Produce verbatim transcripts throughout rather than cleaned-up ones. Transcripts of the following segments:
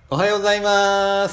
おはようございます。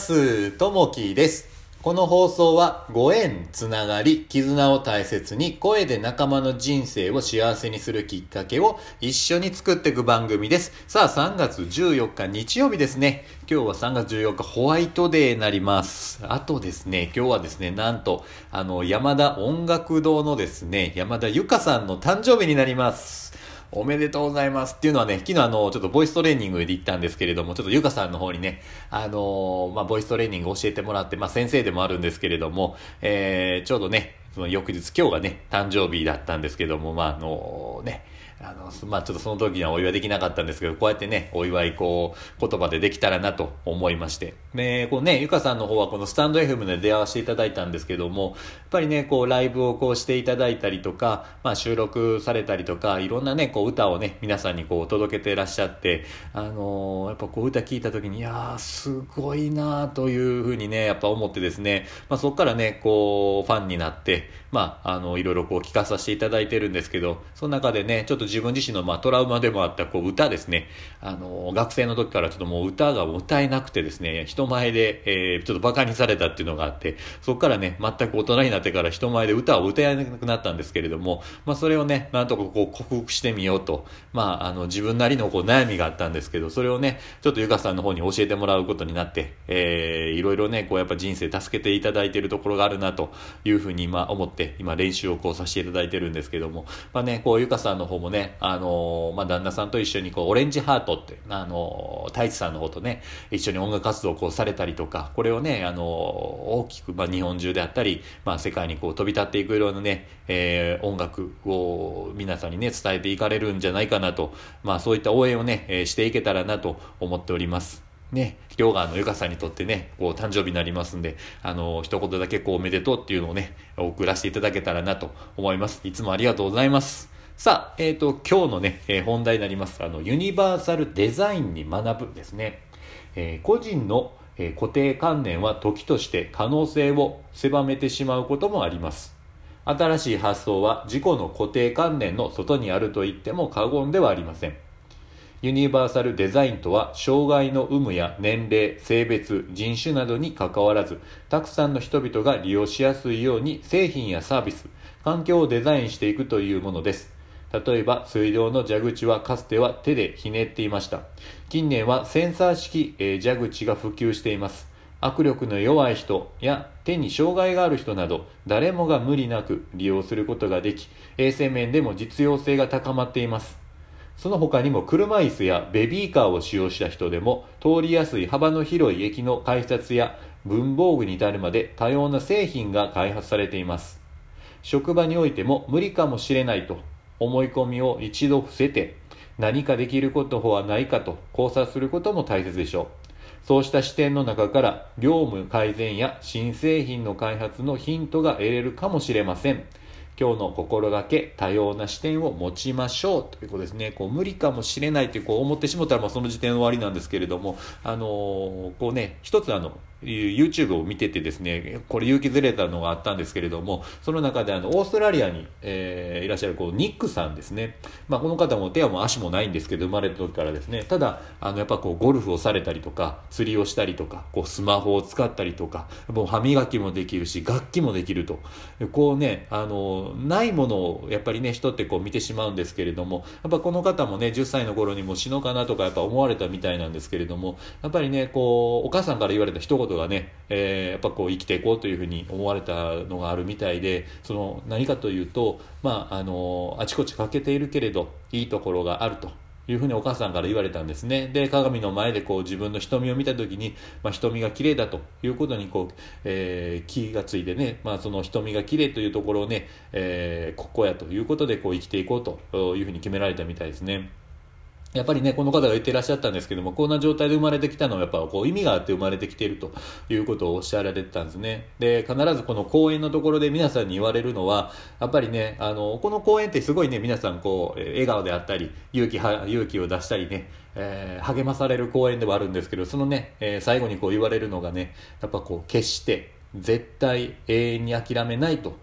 ともきです。この放送はご縁、つながり、絆を大切に声で仲間の人生を幸せにするきっかけを一緒に作っていく番組です。さあさんがつじゅうよっか日曜日ですね。今日はさんがつじゅうよっかホワイトデーになります。あとですね、今日はですね、なんとあの山田音楽堂のですね、山田ゆかさんの誕生日になります。おめでとうございますっていうのはね、昨日あの、ちょっとボイストレーニングで行ったんですけれども、ちょっとゆかさんの方にね、あのー、まあ、ボイストレーニング教えてもらって、まあ、先生でもあるんですけれども、えー、ちょうどね、その翌日、今日がね、誕生日だったんですけども、まあ、あのー、ね、あの、まあ、ちょっとその時にはお祝いできなかったんですけど、こうやってね、お祝いこう、言葉でできたらなと思いまして。で、こうね、ゆかさんの方はこのスタンド エフエム で出会わせていただいたんですけども、やっぱりね、こう、ライブをこうしていただいたりとか、まあ、収録されたりとか、いろんなね、こう、歌をね、皆さんにこう、届けていらっしゃって、あのー、やっぱこう、歌聞いた時に、いやー、すごいなーというふうにね、やっぱ思ってですね、まあ、そこからね、こう、ファンになって、まあ、あの、いろいろこう、聞かさせていただいてるんですけど、その中でね、ちょっと自分自身の、まあ、トラウマでもあった、こう、歌ですね。あの、学生の時からちょっともう歌が歌えなくてですね、人前で、えー、ちょっと馬鹿にされたっていうのがあって、そこからね、全く大人になってから人前で歌を歌えなくなったんですけれども、まあ、それをね、なんとかこう、克服してみようと、まあ、あの、自分なりのこう、悩みがあったんですけど、それをね、ちょっとゆかさんの方に教えてもらうことになって、えー、いろいろね、こう、やっぱ人生助けていただいているところがあるな、というふうに今思って、今練習をこうさせていただいてるんですけども、まあね、こう、ゆかさんの方もね、あのー、まあ、旦那さんと一緒にこう、オレンジハートって、あのー、太一さんの方とね、一緒に音楽活動をこうされたりとか、これをね、あのー、大きく、まあ、日本中であったり、まあ、世界にこう飛び立っていくようなね、えー、音楽を皆さんにね、伝えていかれるんじゃないかなと、まあ、そういった応援をね、えー、していけたらなと思っております。ね、今日があのゆかさんにとってね、こう誕生日になりますんで、あの一言だけこうおめでとうっていうのをね、送らせていただけたらなと思います。いつもありがとうございます。さあ、えっと今日のね、えー、本題になります。あのユニバーサルデザインに学ぶですね。えー、個人の、えー、固定観念は時として可能性を狭めてしまうこともあります。新しい発想は自己の固定観念の外にあると言っても過言ではありません。ユニバーサルデザインとは、障害の有無や年齢、性別、人種などにかかわらず、たくさんの人々が利用しやすいように製品やサービス、環境をデザインしていくというものです。例えば、水道の蛇口はかつては手でひねっていました。近年はセンサー式、えー、蛇口が普及しています。握力の弱い人や手に障害がある人など、誰もが無理なく利用することができ、衛生面でも実用性が高まっています。その他にも車椅子やベビーカーを使用した人でも通りやすい幅の広い駅の改札や文房具に至るまで多様な製品が開発されています。職場においても無理かもしれないと思い込みを一度伏せて、何かできることはないかと考察することも大切でしょう。そうした視点の中から業務改善や新製品の開発のヒントが得れるかもしれません。今日の心がけ、多様な視点を持ちましょうということですね。こう無理かもしれないってこう思ってしまったら、まあその時点で終わりなんですけれども、あのー、こうね、一つあの、YouTube を見ててですね、これ勇気づれたのがあったんですけれども、その中であの、オーストラリアに、えー、いらっしゃるこうニックさんですね。まあこの方も手も足もないんですけど、生まれた時からですね、ただ、あの、やっぱこうゴルフをされたりとか、釣りをしたりとか、こうスマホを使ったりとか、もう歯磨きもできるし、楽器もできると。こうね、あの、ないものをやっぱりね、人ってこう見てしまうんですけれども、やっぱこの方もね、じゅっさいの頃にも死のうかなとかやっぱ思われたみたいなんですけれども、やっぱりね、こう、お母さんから言われた一言がね、えー、やっぱこう生きていこうというふうに思われたのがあるみたいで、その何かというと、まあ、あの、あちこち欠けているけれど、いいところがあると。いうふうにお母さんから言われたんですね。で、鏡の前でこう自分の瞳を見たときに、まあ、瞳が綺麗だということにこう、えー、気がついてね、まあ、その瞳が綺麗というところをね、えー、ここやということでこう生きていこうというふうに決められたみたいですね。やっぱりね、この方が言っていらっしゃったんですけども、こんな状態で生まれてきたのはやっぱこう意味があって生まれてきているということをおっしゃられてたんですね。で、必ずこの講演のところで皆さんに言われるのは、やっぱりね、あの、この講演ってすごいね、皆さんこう、笑顔であったり、勇気は、勇気を出したりね、えー、励まされる講演ではあるんですけど、そのね、えー、最後にこう言われるのがね、やっぱこう、決して、絶対永遠に諦めないと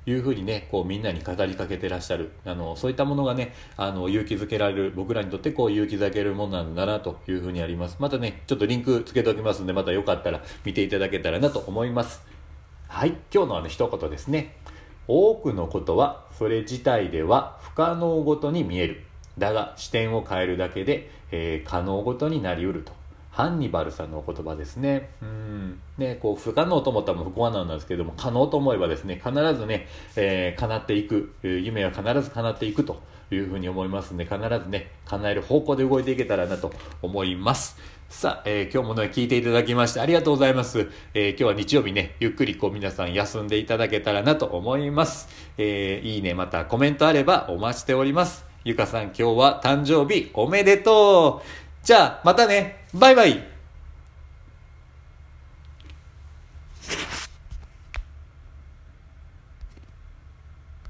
いうふうにね、こうみんなに語りかけてらっしゃる。あの、そういったものがね、あの、勇気づけられる、僕らにとってこう勇気づけるものなんだなというふうにあります。またね、ちょっとリンクつけておきますんで、またよかったら見ていただけたらなと思います。はい、今日のあの一言ですね。多くのことはそれ自体では不可能ごとに見える。だが視点を変えるだけで、えー、可能ごとになりうると。ハンニバルさんのお言葉ですね。うんね、こう不可能と思ったら不可能なんですけども、可能と思えばですね、必ずね、えー、叶っていく、夢は必ず叶っていくというふうに思いますので、必ずね、叶える方向で動いていけたらなと思います。さあ、えー、今日もね、聞いていただきましてありがとうございます。えー、今日は日曜日ね、ゆっくりこう皆さん休んでいただけたらなと思います。えー、いいね、またコメントあればお待ちしております。ゆかさん今日は誕生日おめでとう。じゃあ、またね。バイバイ。